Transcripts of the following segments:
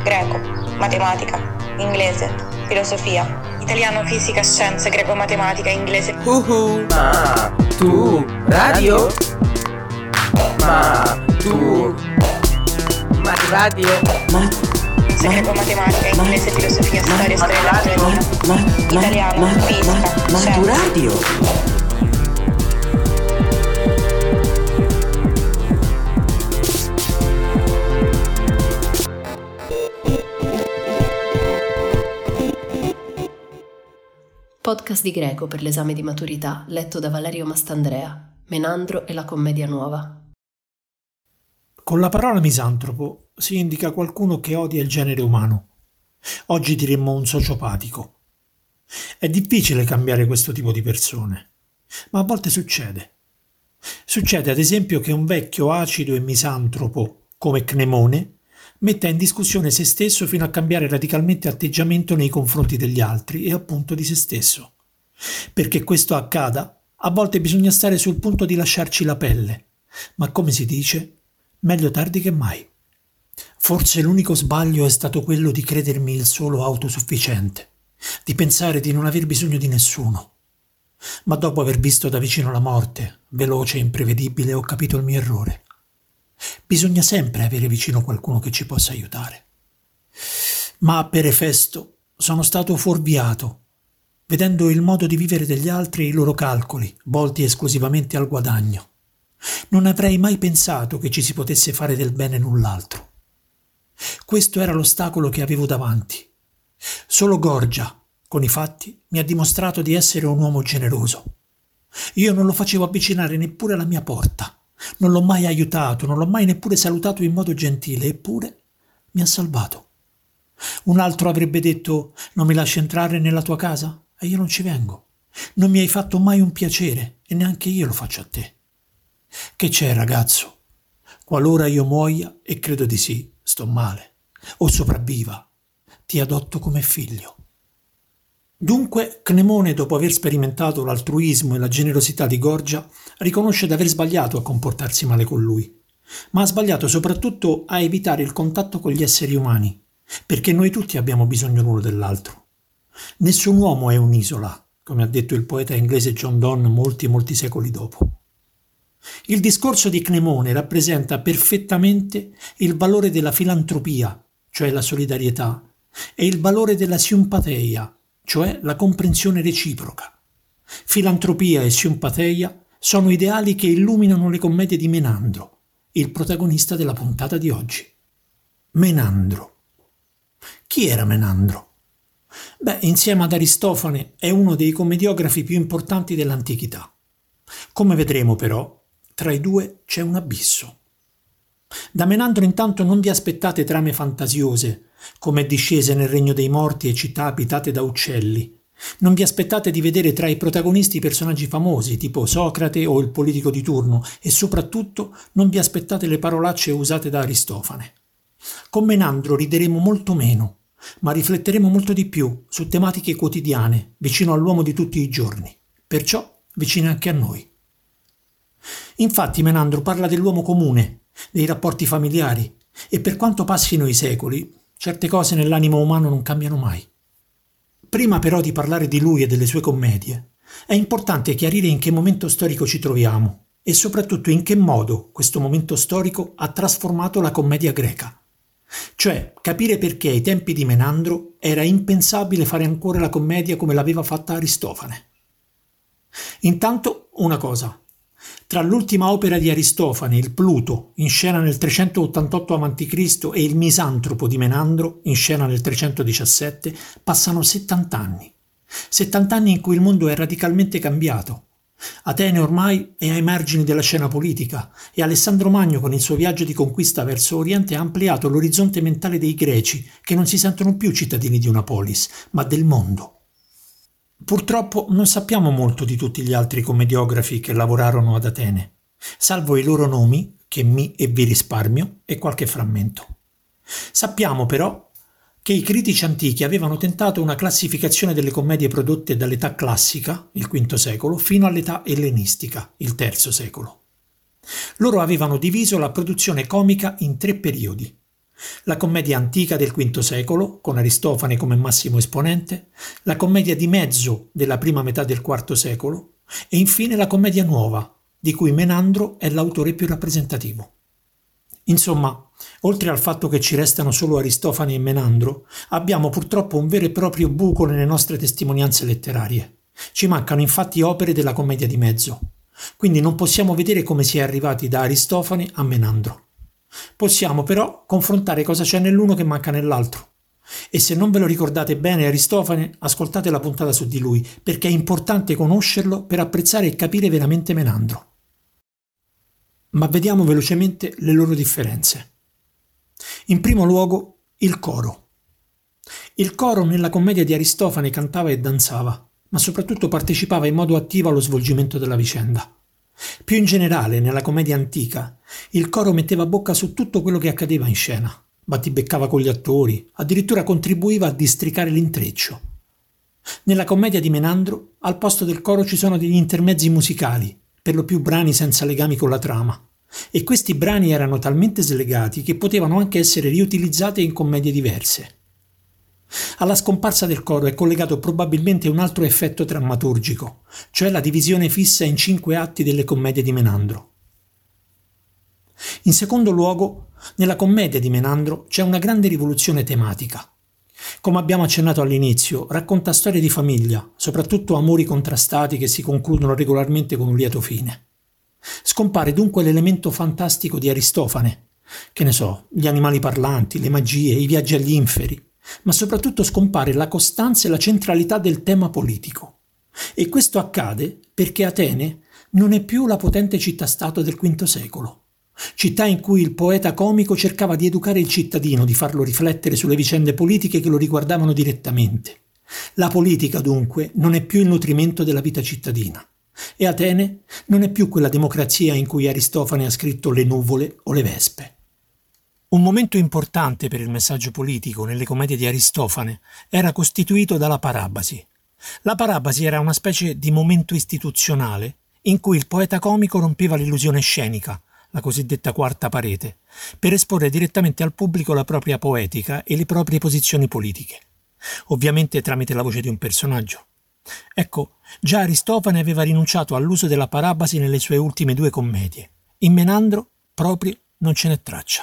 greco, matematica, inglese, filosofia, italiano, fisica, scienze, greco, matematica, inglese. Ma tu radio? Ma tu radio? Greco, matematica, inglese, filosofia, storia, italiano, fisica, ma tu radio? Podcast di greco per l'esame di maturità, letto da Valerio Mastandrea, Menandro e la commedia nuova. Con la parola misantropo si indica qualcuno che odia il genere umano. Oggi diremmo un sociopatico. È difficile cambiare questo tipo di persone, ma a volte succede. Succede ad esempio che un vecchio acido e misantropo, come Cnemone, metta in discussione se stesso fino a cambiare radicalmente atteggiamento nei confronti degli altri e appunto di se stesso. Perché questo accada, a volte bisogna stare sul punto di lasciarci la pelle, ma come si dice, meglio tardi che mai. Forse l'unico sbaglio è stato quello di credermi il solo autosufficiente, di pensare di non aver bisogno di nessuno. Ma dopo aver visto da vicino la morte, veloce e imprevedibile, ho capito il mio errore. Bisogna sempre avere vicino qualcuno che ci possa aiutare. Ma per Efesto sono stato fuorviato, vedendo il modo di vivere degli altri e i loro calcoli, volti esclusivamente al guadagno. Non avrei mai pensato che ci si potesse fare del bene null'altro. Questo era l'ostacolo che avevo davanti. Solo Gorgia, con i fatti, mi ha dimostrato di essere un uomo generoso. Io non lo facevo avvicinare neppure alla mia porta. Non l'ho mai aiutato, non l'ho mai neppure salutato in modo gentile, eppure mi ha salvato. Un altro avrebbe detto: non mi lasci entrare nella tua casa? E io non ci vengo. Non mi hai fatto mai un piacere e neanche io lo faccio a te. Che c'è, ragazzo? Qualora io muoia, e credo di sì, sto male, o sopravviva, ti adotto come figlio. Dunque, Cnemone, dopo aver sperimentato l'altruismo e la generosità di Gorgia, riconosce di aver sbagliato a comportarsi male con lui, ma ha sbagliato soprattutto a evitare il contatto con gli esseri umani, perché noi tutti abbiamo bisogno l'uno dell'altro. Nessun uomo è un'isola, come ha detto il poeta inglese John Donne molti secoli dopo. Il discorso di Cnemone rappresenta perfettamente il valore della filantropia, cioè la solidarietà, e il valore della simpatia, cioè la comprensione reciproca. Filantropia e simpatia sono ideali che illuminano le commedie di Menandro, il protagonista della puntata di oggi. Menandro. Chi era Menandro? Insieme ad Aristofane è uno dei commediografi più importanti dell'antichità. Come vedremo però, tra i due c'è un abisso. Da Menandro intanto non vi aspettate trame fantasiose, come discese nel regno dei morti e città abitate da uccelli. Non vi aspettate di vedere tra i protagonisti personaggi famosi, tipo Socrate o il politico di turno, e soprattutto non vi aspettate le parolacce usate da Aristofane. Con Menandro rideremo molto meno, ma rifletteremo molto di più su tematiche quotidiane, vicino all'uomo di tutti i giorni, perciò vicine anche a noi. Infatti Menandro parla dell'uomo comune, dei rapporti familiari, e per quanto passino i secoli, certe cose nell'animo umano non cambiano mai. Prima però di parlare di lui e delle sue commedie, è importante chiarire in che momento storico ci troviamo e soprattutto in che modo questo momento storico ha trasformato la commedia greca. Cioè, capire perché ai tempi di Menandro era impensabile fare ancora la commedia come l'aveva fatta Aristofane. Intanto, una cosa. Tra l'ultima opera di Aristofane, il Pluto, in scena nel 388 a.C., e il Misantropo di Menandro, in scena nel 317, passano 70 anni. 70 anni in cui il mondo è radicalmente cambiato. Atene ormai è ai margini della scena politica e Alessandro Magno con il suo viaggio di conquista verso Oriente ha ampliato l'orizzonte mentale dei greci, che non si sentono più cittadini di una polis, ma del mondo. Purtroppo non sappiamo molto di tutti gli altri commediografi che lavorarono ad Atene, salvo i loro nomi, che mi e vi risparmio, e qualche frammento. Sappiamo però che i critici antichi avevano tentato una classificazione delle commedie prodotte dall'età classica, il V secolo, fino all'età ellenistica, il III secolo. Loro avevano diviso la produzione comica in 3 periodi: la commedia antica del V secolo, con Aristofane come massimo esponente, la commedia di mezzo della prima metà del IV secolo e infine la commedia nuova, di cui Menandro è l'autore più rappresentativo. Insomma, oltre al fatto che ci restano solo Aristofane e Menandro, abbiamo purtroppo un vero e proprio buco nelle nostre testimonianze letterarie. Ci mancano infatti opere della commedia di mezzo, quindi non possiamo vedere come si è arrivati da Aristofane a Menandro. Possiamo però confrontare cosa c'è nell'uno che manca nell'altro. E se non ve lo ricordate bene Aristofane, ascoltate la puntata su di lui, perché è importante conoscerlo per apprezzare e capire veramente Menandro. Ma vediamo velocemente le loro differenze. In primo luogo, il coro. Il coro nella commedia di Aristofane cantava e danzava, ma soprattutto partecipava in modo attivo allo svolgimento della vicenda. Più in generale, nella commedia antica, il coro metteva bocca su tutto quello che accadeva in scena, battibeccava con gli attori, addirittura contribuiva a districare l'intreccio. Nella commedia di Menandro, al posto del coro ci sono degli intermezzi musicali, per lo più brani senza legami con la trama, e questi brani erano talmente slegati che potevano anche essere riutilizzati in commedie diverse. Alla scomparsa del coro è collegato probabilmente un altro effetto drammaturgico, cioè la divisione fissa in 5 atti delle commedie di Menandro. In secondo luogo, nella commedia di Menandro c'è una grande rivoluzione tematica. Come abbiamo accennato all'inizio, racconta storie di famiglia, soprattutto amori contrastati che si concludono regolarmente con un lieto fine. Scompare dunque l'elemento fantastico di Aristofane, che ne so, gli animali parlanti, le magie, i viaggi agli inferi, ma soprattutto scompare la costanza e la centralità del tema politico. E questo accade perché Atene non è più la potente città-stato del V secolo, città in cui il poeta comico cercava di educare il cittadino, di farlo riflettere sulle vicende politiche che lo riguardavano direttamente. La politica, dunque, non è più il nutrimento della vita cittadina. E Atene non è più quella democrazia in cui Aristofane ha scritto Le nuvole o le vespe. Un momento importante per il messaggio politico nelle commedie di Aristofane era costituito dalla parabasi. La parabasi era una specie di momento istituzionale in cui il poeta comico rompeva l'illusione scenica, la cosiddetta quarta parete, per esporre direttamente al pubblico la propria poetica e le proprie posizioni politiche, ovviamente tramite la voce di un personaggio. Ecco, già Aristofane aveva rinunciato all'uso della parabasi nelle sue ultime 2 commedie. In Menandro proprio non ce n'è traccia.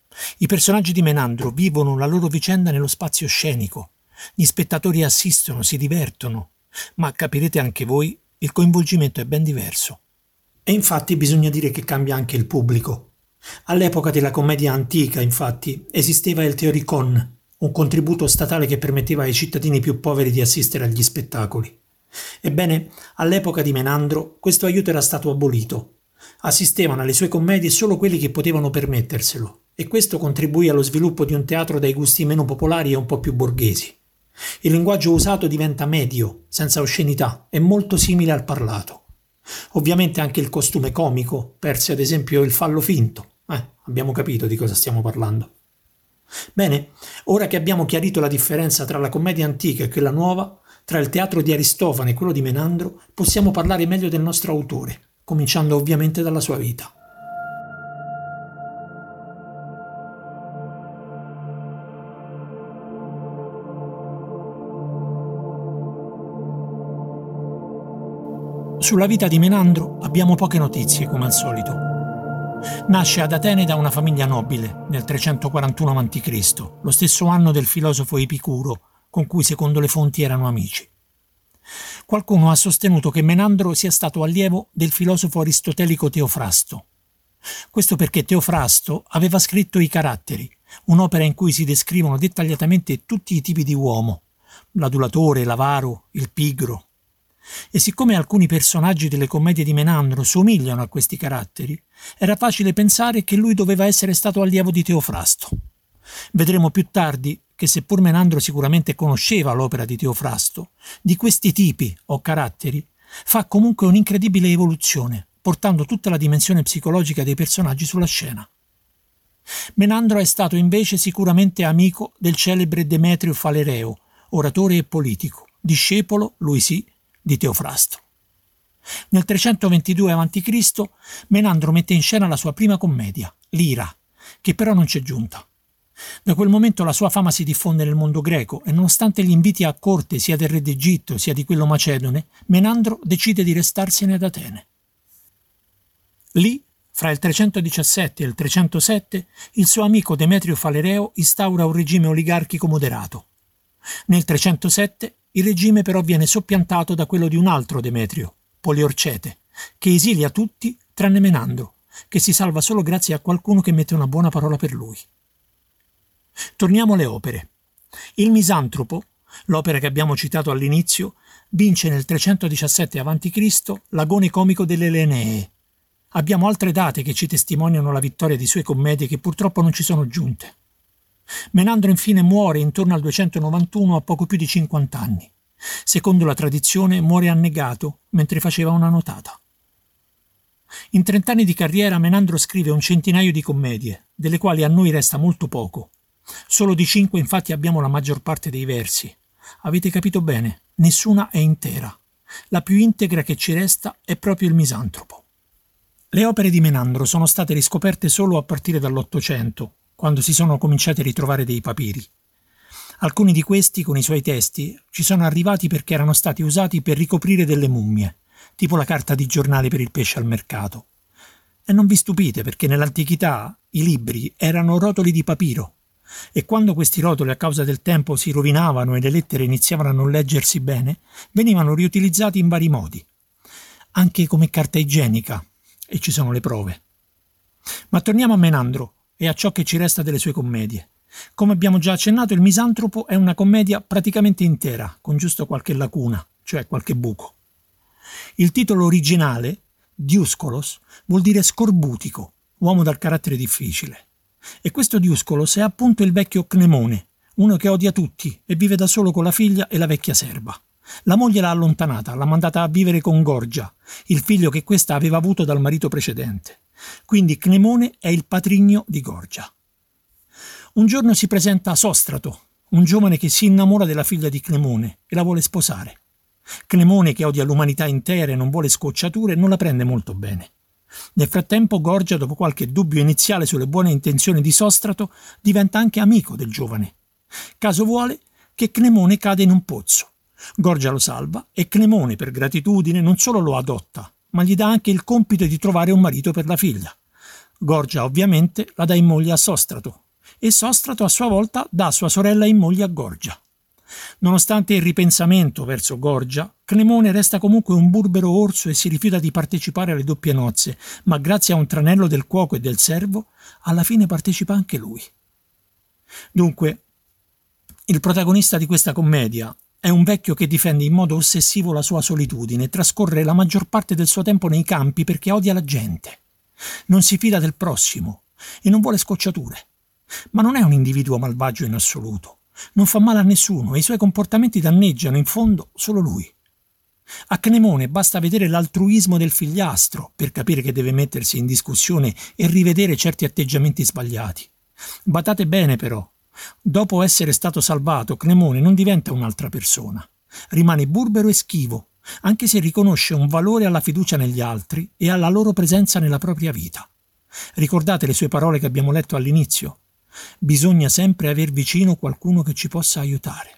I personaggi di Menandro vivono la loro vicenda nello spazio scenico. Gli spettatori assistono, si divertono, ma capirete anche voi, il coinvolgimento è ben diverso. E infatti bisogna dire che cambia anche il pubblico. All'epoca della commedia antica, infatti, esisteva il Theoricon, un contributo statale che permetteva ai cittadini più poveri di assistere agli spettacoli. Ebbene, all'epoca di Menandro questo aiuto era stato abolito. Assistevano alle sue commedie solo quelli che potevano permetterselo, e questo contribuì allo sviluppo di un teatro dai gusti meno popolari e un po' più borghesi. Il linguaggio usato diventa medio, senza oscenità, e molto simile al parlato. Ovviamente anche il costume comico perse ad esempio il fallo finto. Abbiamo capito di cosa stiamo parlando. Bene, ora che abbiamo chiarito la differenza tra la commedia antica e quella nuova, tra il teatro di Aristofane e quello di Menandro, possiamo parlare meglio del nostro autore, cominciando ovviamente dalla sua vita. Sulla vita di Menandro abbiamo poche notizie, come al solito. Nasce ad Atene da una famiglia nobile, nel 341 a.C., lo stesso anno del filosofo Epicuro, con cui secondo le fonti erano amici. Qualcuno ha sostenuto che Menandro sia stato allievo del filosofo aristotelico Teofrasto. Questo perché Teofrasto aveva scritto I Caratteri, un'opera in cui si descrivono dettagliatamente tutti i tipi di uomo, l'adulatore, l'avaro, il pigro. E siccome alcuni personaggi delle commedie di Menandro somigliano a questi caratteri, era facile pensare che lui doveva essere stato allievo di Teofrasto. Vedremo più tardi che seppur Menandro sicuramente conosceva l'opera di Teofrasto, di questi tipi o caratteri fa comunque un'incredibile evoluzione, portando tutta la dimensione psicologica dei personaggi sulla scena. Menandro è stato invece sicuramente amico del celebre Demetrio Falereo, oratore e politico, discepolo, lui sì, di Teofrasto. Nel 322 a.C. Menandro mette in scena la sua prima commedia, l'Ira, che però non c'è giunta. Da quel momento la sua fama si diffonde nel mondo greco e nonostante gli inviti a corte sia del re d'Egitto sia di quello macedone, Menandro decide di restarsene ad Atene. Lì, fra il 317 e il 307, il suo amico Demetrio Falereo instaura un regime oligarchico moderato. Nel 307 il regime però viene soppiantato da quello di un altro Demetrio, Poliorcete, che esilia tutti tranne Menandro, che si salva solo grazie a qualcuno che mette una buona parola per lui. Torniamo alle opere. Il Misantropo, l'opera che abbiamo citato all'inizio, vince nel 317 a.C. l'agone comico delle Elenee. Abbiamo altre date che ci testimoniano la vittoria di sue commedie che purtroppo non ci sono giunte. Menandro infine muore intorno al 291 a poco più di 50 anni. Secondo la tradizione muore annegato mentre faceva una notata. In 30 anni di carriera Menandro scrive un centinaio di commedie, delle quali a noi resta molto poco. Solo di 5 infatti abbiamo la maggior parte dei versi. Avete capito bene, nessuna è intera. La più integra che ci resta è proprio il Misantropo. Le opere di Menandro sono state riscoperte solo a partire dall'Ottocento, quando si sono cominciati a ritrovare dei papiri. Alcuni di questi, con i suoi testi, ci sono arrivati perché erano stati usati per ricoprire delle mummie, tipo la carta di giornale per il pesce al mercato. E non vi stupite perché nell'antichità i libri erano rotoli di papiro, e quando questi rotoli a causa del tempo si rovinavano e le lettere iniziavano a non leggersi bene, venivano riutilizzati in vari modi, anche come carta igienica, e ci sono le prove. Ma torniamo a Menandro e a ciò che ci resta delle sue commedie. Come abbiamo già accennato, il Misantropo è una commedia praticamente intera, con giusto qualche lacuna, cioè qualche buco. Il titolo originale, Diuscolos, vuol dire scorbutico, uomo dal carattere difficile. E questo Diuscolos è appunto il vecchio Cnemone, uno che odia tutti e vive da solo con la figlia e la vecchia serva. La moglie l'ha allontanata, l'ha mandata a vivere con Gorgia, il figlio che questa aveva avuto dal marito precedente. Quindi Cnemone è il patrigno di Gorgia. Un giorno si presenta Sostrato, un giovane che si innamora della figlia di Cnemone e la vuole sposare. Cnemone, che odia l'umanità intera e non vuole scocciature, non la prende molto bene. Nel frattempo Gorgia, dopo qualche dubbio iniziale sulle buone intenzioni di Sostrato, diventa anche amico del giovane. Caso vuole che Cnemone cade in un pozzo. Gorgia lo salva e Cnemone, per gratitudine, non solo lo adotta, ma gli dà anche il compito di trovare un marito per la figlia. Gorgia, ovviamente, la dà in moglie a Sostrato, e Sostrato a sua volta dà sua sorella in moglie a Gorgia. Nonostante il ripensamento verso Gorgia, Cnemone resta comunque un burbero orso e si rifiuta di partecipare alle doppie nozze, ma grazie a un tranello del cuoco e del servo, alla fine partecipa anche lui. Dunque, il protagonista di questa commedia è un vecchio che difende in modo ossessivo la sua solitudine e trascorre la maggior parte del suo tempo nei campi perché odia la gente. Non si fida del prossimo e non vuole scocciature. Ma non è un individuo malvagio in assoluto. Non fa male a nessuno e i suoi comportamenti danneggiano in fondo solo lui. A Cnemone basta vedere l'altruismo del figliastro per capire che deve mettersi in discussione e rivedere certi atteggiamenti sbagliati. Badate bene però, dopo essere stato salvato, Cnemone non diventa un'altra persona. Rimane burbero e schivo, anche se riconosce un valore alla fiducia negli altri e alla loro presenza nella propria vita. Ricordate le sue parole che abbiamo letto all'inizio? Bisogna sempre aver vicino qualcuno che ci possa aiutare.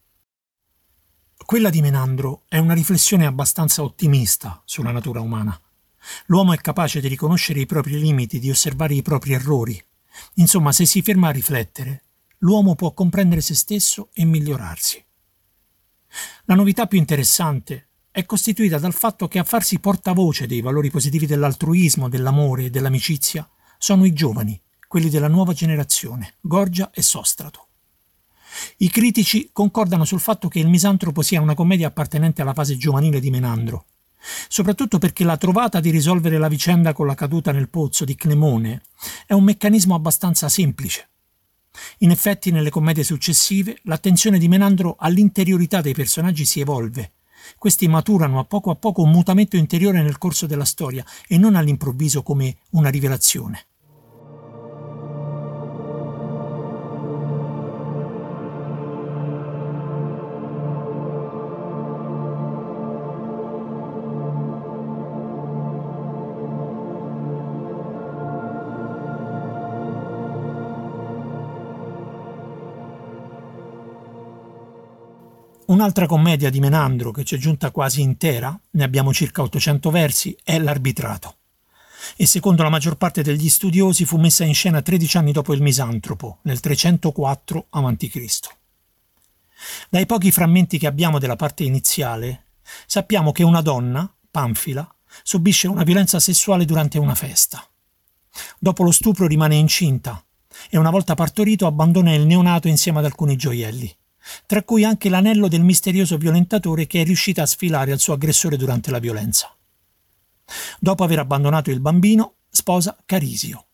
Quella di Menandro è una riflessione abbastanza ottimista sulla natura umana. L'uomo è capace di riconoscere i propri limiti, di osservare i propri errori. Insomma, se si ferma a riflettere, l'uomo può comprendere se stesso e migliorarsi. La novità più interessante è costituita dal fatto che a farsi portavoce dei valori positivi dell'altruismo, dell'amore e dell'amicizia sono i giovani, quelli della nuova generazione, Gorgia e Sostrato. I critici concordano sul fatto che il Misantropo sia una commedia appartenente alla fase giovanile di Menandro, soprattutto perché la trovata di risolvere la vicenda con la caduta nel pozzo di Cnemone è un meccanismo abbastanza semplice. In effetti, nelle commedie successive, l'attenzione di Menandro all'interiorità dei personaggi si evolve. Questi maturano a poco un mutamento interiore nel corso della storia e non all'improvviso come una rivelazione. Un'altra commedia di Menandro che ci è giunta quasi intera, ne abbiamo circa 800 versi, è L'Arbitrato. E secondo la maggior parte degli studiosi fu messa in scena 13 anni dopo il Misantropo, nel 304 a.C. Dai pochi frammenti che abbiamo della parte iniziale, sappiamo che una donna, Panfila, subisce una violenza sessuale durante una festa. Dopo lo stupro rimane incinta e una volta partorito abbandona il neonato insieme ad alcuni gioielli, tra cui anche l'anello del misterioso violentatore che è riuscita a sfilare al suo aggressore durante la violenza. Dopo aver abbandonato il bambino, sposa Carisio.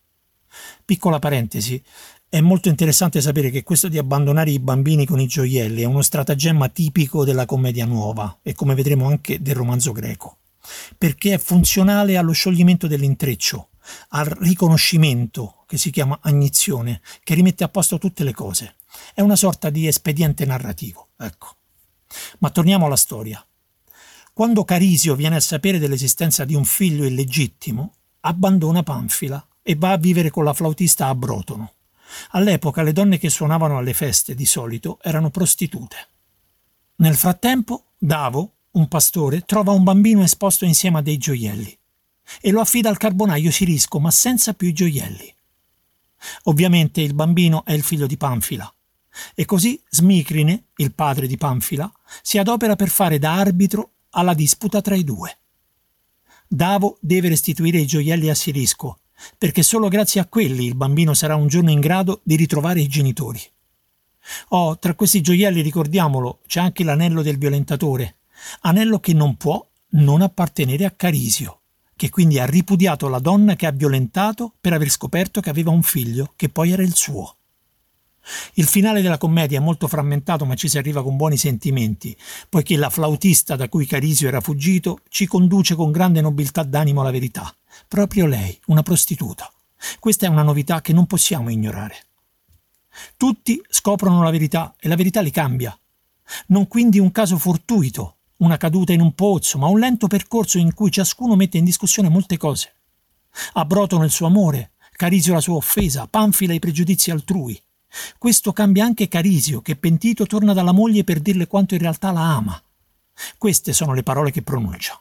Piccola parentesi, è molto interessante sapere che questo di abbandonare i bambini con i gioielli è uno stratagemma tipico della commedia nuova e come vedremo anche del romanzo greco, perché è funzionale allo scioglimento dell'intreccio, al riconoscimento, che si chiama agnizione, che rimette a posto tutte le cose. È una sorta di espediente narrativo, ecco. Ma torniamo alla storia. Quando Carisio viene a sapere dell'esistenza di un figlio illegittimo, abbandona Panfila e va a vivere con la flautista a Brotono. All'epoca le donne che suonavano alle feste di solito erano prostitute. Nel frattempo, Davo, un pastore, trova un bambino esposto insieme a dei gioielli e lo affida al carbonaio Sirisco, ma senza più i gioielli. Ovviamente il bambino è il figlio di Panfila e così Smicrine, il padre di Panfila, si adopera per fare da arbitro alla disputa tra i due. Davo deve restituire i gioielli a Sirisco, perché solo grazie a quelli il bambino sarà un giorno in grado di ritrovare i genitori. Tra questi gioielli, ricordiamolo, c'è anche l'anello del violentatore, anello che non può non appartenere a Carisio, che quindi ha ripudiato la donna che ha violentato per aver scoperto che aveva un figlio che poi era il suo. Il finale della commedia è molto frammentato, ma ci si arriva con buoni sentimenti, poiché la flautista da cui Carisio era fuggito ci conduce con grande nobiltà d'animo alla verità. Proprio lei, una prostituta. Questa è una novità che non possiamo ignorare. Tutti scoprono la verità e la verità li cambia. Non quindi un caso fortuito, una caduta in un pozzo, ma un lento percorso in cui ciascuno mette in discussione molte cose. A Brotono il suo amore, Carisio la sua offesa, Panfila i pregiudizi altrui. Questo cambia anche Carisio, che pentito torna dalla moglie per dirle quanto in realtà la ama. Queste sono le parole che pronuncia.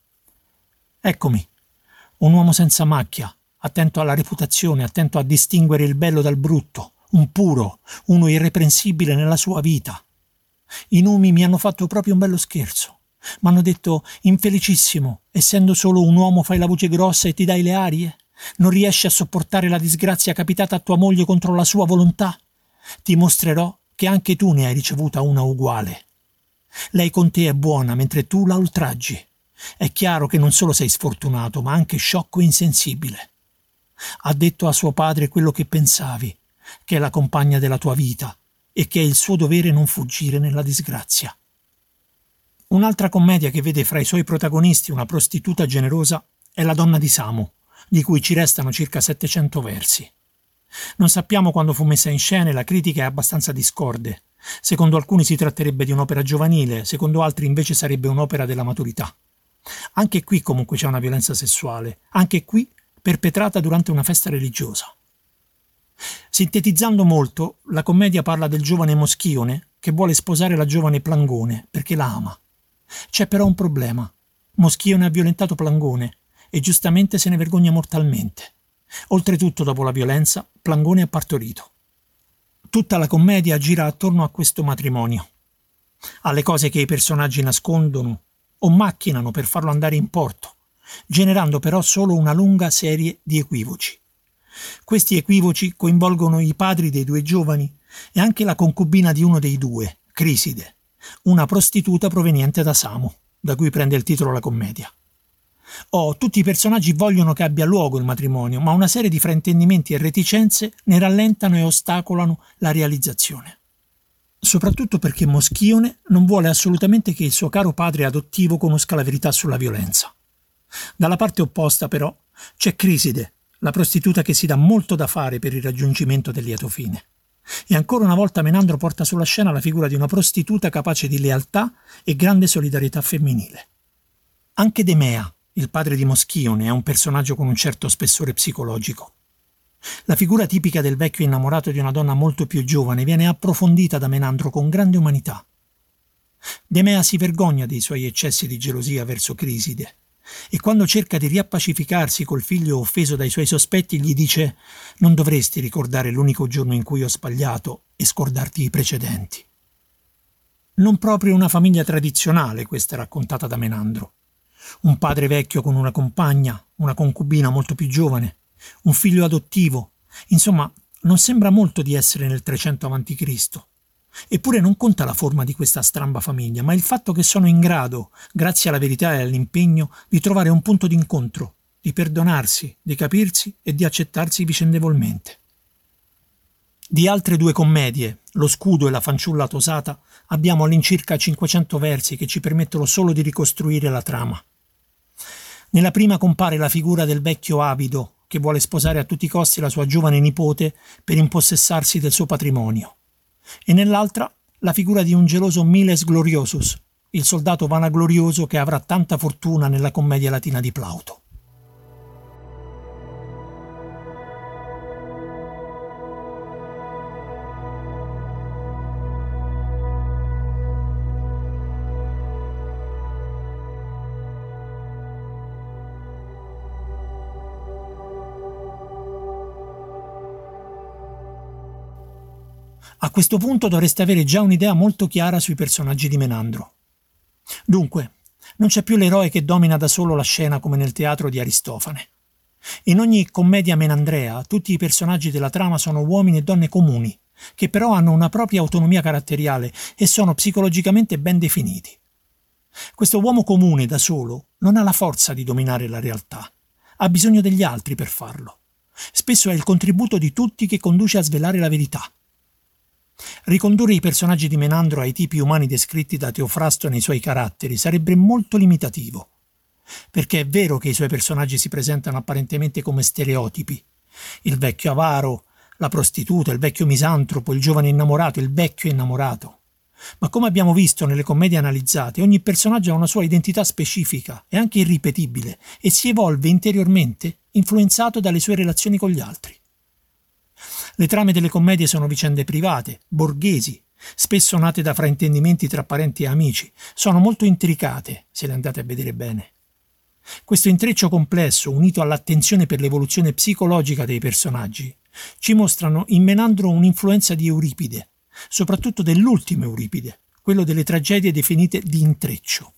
Eccomi, un uomo senza macchia, attento alla reputazione, attento a distinguere il bello dal brutto, un puro, uno irreprensibile nella sua vita. I numi mi hanno fatto proprio un bello scherzo. M'hanno detto: infelicissimo, essendo solo un uomo fai la voce grossa e ti dai le arie? Non riesci a sopportare la disgrazia capitata a tua moglie contro la sua volontà? Ti mostrerò che anche tu ne hai ricevuta una uguale. Lei con te è buona, mentre tu la oltraggi. È chiaro che non solo sei sfortunato, ma anche sciocco e insensibile. Ha detto a suo padre quello che pensavi, che è la compagna della tua vita e che è il suo dovere non fuggire nella disgrazia. Un'altra commedia che vede fra i suoi protagonisti una prostituta generosa è La donna di Samo, di cui ci restano circa 700 versi. Non sappiamo quando fu messa in scena e la critica è abbastanza discorde. Secondo alcuni si tratterebbe di un'opera giovanile, secondo altri invece sarebbe un'opera della maturità. Anche qui comunque c'è una violenza sessuale, anche qui perpetrata durante una festa religiosa. Sintetizzando molto, la commedia parla del giovane Moschione che vuole sposare la giovane Plangone perché la ama. C'è però un problema. Moschione ha violentato Plangone e giustamente se ne vergogna mortalmente. Oltretutto, dopo la violenza, Plangone ha partorito. Tutta la commedia gira attorno a questo matrimonio, alle cose che i personaggi nascondono o macchinano per farlo andare in porto, generando però solo una lunga serie di equivoci. Questi equivoci coinvolgono i padri dei due giovani e anche la concubina di uno dei due, Criside, una prostituta proveniente da Samo, da cui prende il titolo la commedia. Tutti i personaggi vogliono che abbia luogo il matrimonio, ma una serie di fraintendimenti e reticenze ne rallentano e ostacolano la realizzazione. Soprattutto perché Moschione non vuole assolutamente che il suo caro padre adottivo conosca la verità sulla violenza. Dalla parte opposta, però, c'è Criside, la prostituta che si dà molto da fare per il raggiungimento del lieto fine. E ancora una volta Menandro porta sulla scena la figura di una prostituta capace di lealtà e grande solidarietà femminile. Anche Demea, il padre di Moschione, è un personaggio con un certo spessore psicologico. La figura tipica del vecchio innamorato di una donna molto più giovane viene approfondita da Menandro con grande umanità. Demea si vergogna dei suoi eccessi di gelosia verso Criside e quando cerca di riappacificarsi col figlio offeso dai suoi sospetti gli dice: «Non dovresti ricordare l'unico giorno in cui ho sbagliato e scordarti i precedenti». Non proprio una famiglia tradizionale questa raccontata da Menandro. Un padre vecchio con una compagna, una concubina molto più giovane, un figlio adottivo. Insomma, non sembra molto di essere nel 300 a.C. Eppure non conta la forma di questa stramba famiglia, ma il fatto che sono in grado, grazie alla verità e all'impegno, di trovare un punto d'incontro, di perdonarsi, di capirsi e di accettarsi vicendevolmente. Di altre due commedie, Lo scudo e La fanciulla tosata, abbiamo all'incirca 500 versi che ci permettono solo di ricostruire la trama. Nella prima compare la figura del vecchio avido che vuole sposare a tutti i costi la sua giovane nipote per impossessarsi del suo patrimonio, e nell'altra la figura di un geloso Miles Gloriosus, il soldato vanaglorioso che avrà tanta fortuna nella commedia latina di Plauto. A questo punto dovreste avere già un'idea molto chiara sui personaggi di Menandro. Dunque, non c'è più l'eroe che domina da solo la scena come nel teatro di Aristofane. In ogni commedia menandrea tutti i personaggi della trama sono uomini e donne comuni, che però hanno una propria autonomia caratteriale e sono psicologicamente ben definiti. Questo uomo comune da solo non ha la forza di dominare la realtà, ha bisogno degli altri per farlo. Spesso è il contributo di tutti che conduce a svelare la verità. Ricondurre i personaggi di Menandro ai tipi umani descritti da Teofrasto nei suoi caratteri sarebbe molto limitativo, perché è vero che i suoi personaggi si presentano apparentemente come stereotipi: il vecchio avaro, la prostituta, il vecchio misantropo, il giovane innamorato, il vecchio innamorato. Ma come abbiamo visto nelle commedie analizzate, ogni personaggio ha una sua identità specifica e anche irripetibile e si evolve interiormente influenzato dalle sue relazioni con gli altri. Le trame delle commedie sono vicende private, borghesi, spesso nate da fraintendimenti tra parenti e amici. Sono molto intricate, se le andate a vedere bene. Questo intreccio complesso, unito all'attenzione per l'evoluzione psicologica dei personaggi, ci mostrano in Menandro un'influenza di Euripide, soprattutto dell'ultimo Euripide, quello delle tragedie definite di intreccio.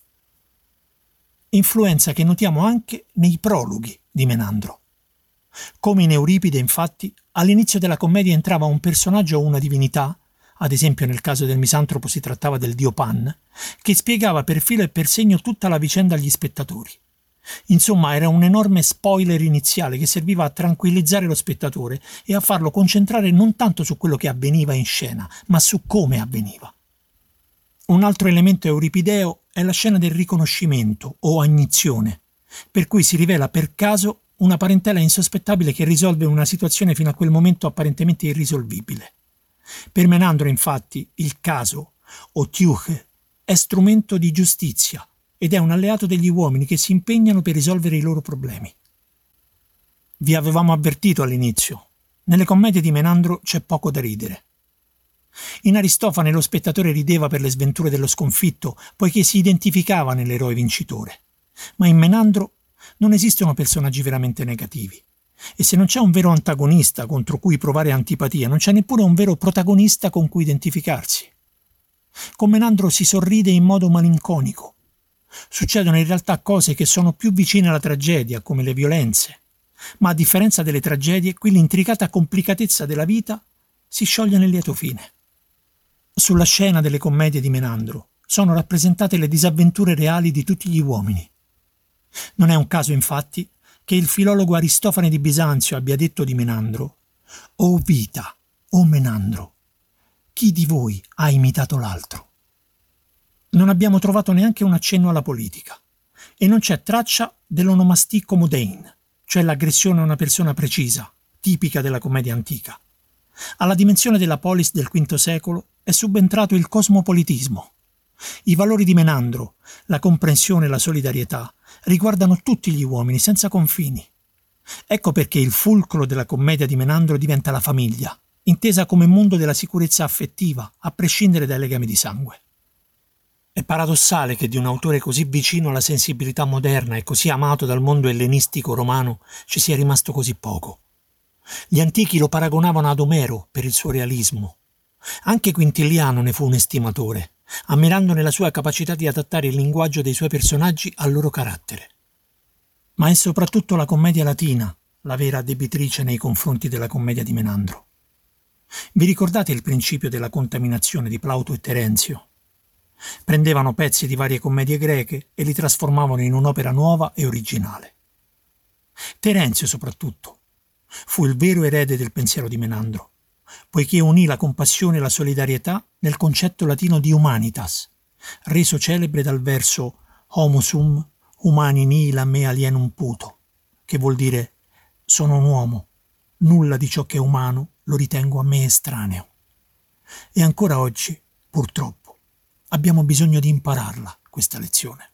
Influenza che notiamo anche nei prologhi di Menandro. Come in Euripide, infatti, all'inizio della commedia entrava un personaggio o una divinità, ad esempio nel caso del misantropo si trattava del dio Pan, che spiegava per filo e per segno tutta la vicenda agli spettatori. Insomma, era un enorme spoiler iniziale che serviva a tranquillizzare lo spettatore e a farlo concentrare non tanto su quello che avveniva in scena, ma su come avveniva. Un altro elemento euripideo è la scena del riconoscimento o agnizione, per cui si rivela per caso una parentela insospettabile che risolve una situazione fino a quel momento apparentemente irrisolvibile. Per Menandro, infatti, il caso, o tiuche, è strumento di giustizia ed è un alleato degli uomini che si impegnano per risolvere i loro problemi. Vi avevamo avvertito all'inizio, nelle commedie di Menandro c'è poco da ridere. In Aristofane lo spettatore rideva per le sventure dello sconfitto, poiché si identificava nell'eroe vincitore. Ma in Menandro non esistono personaggi veramente negativi. E se non c'è un vero antagonista contro cui provare antipatia, non c'è neppure un vero protagonista con cui identificarsi. Con Menandro si sorride in modo malinconico. Succedono in realtà cose che sono più vicine alla tragedia, come le violenze. Ma a differenza delle tragedie, qui l'intricata complicatezza della vita si scioglie nel lieto fine. Sulla scena delle commedie di Menandro sono rappresentate le disavventure reali di tutti gli uomini. Non è un caso, infatti, che il filologo Aristofane di Bisanzio abbia detto di Menandro: «O vita, o Menandro, chi di voi ha imitato l'altro?» Non abbiamo trovato neanche un accenno alla politica e non c'è traccia dell'onomastico modein, cioè l'aggressione a una persona precisa, tipica della commedia antica. Alla dimensione della polis del V secolo è subentrato il cosmopolitismo. I valori di Menandro, la comprensione e la solidarietà, riguardano tutti gli uomini senza confini. Ecco perché il fulcro della commedia di Menandro diventa la famiglia, intesa come mondo della sicurezza affettiva, a prescindere dai legami di sangue. È paradossale che di un autore così vicino alla sensibilità moderna e così amato dal mondo ellenistico romano ci sia rimasto così poco. Gli antichi lo paragonavano ad Omero per il suo realismo. Anche Quintiliano ne fu un estimatore, ammirandone la sua capacità di adattare il linguaggio dei suoi personaggi al loro carattere. Ma è soprattutto la commedia latina la vera debitrice nei confronti della commedia di Menandro. Vi ricordate il principio della contaminazione di Plauto e Terenzio? Prendevano pezzi di varie commedie greche e li trasformavano in un'opera nuova e originale. Terenzio, soprattutto, fu il vero erede del pensiero di Menandro, poiché unì la compassione e la solidarietà nel concetto latino di humanitas, reso celebre dal verso homo sum humani nihil a me alienum puto, che vuol dire sono un uomo, nulla di ciò che è umano lo ritengo a me estraneo. E ancora oggi, purtroppo, abbiamo bisogno di impararla, questa lezione.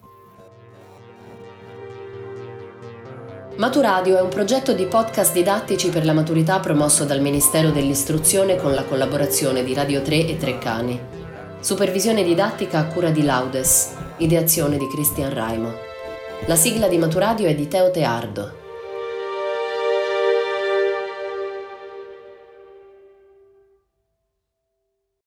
Maturadio è un progetto di podcast didattici per la maturità promosso dal Ministero dell'Istruzione con la collaborazione di Radio 3 e Treccani. Supervisione didattica a cura di Laudes, ideazione di Cristian Raimo. La sigla di Maturadio è di Teo Teardo.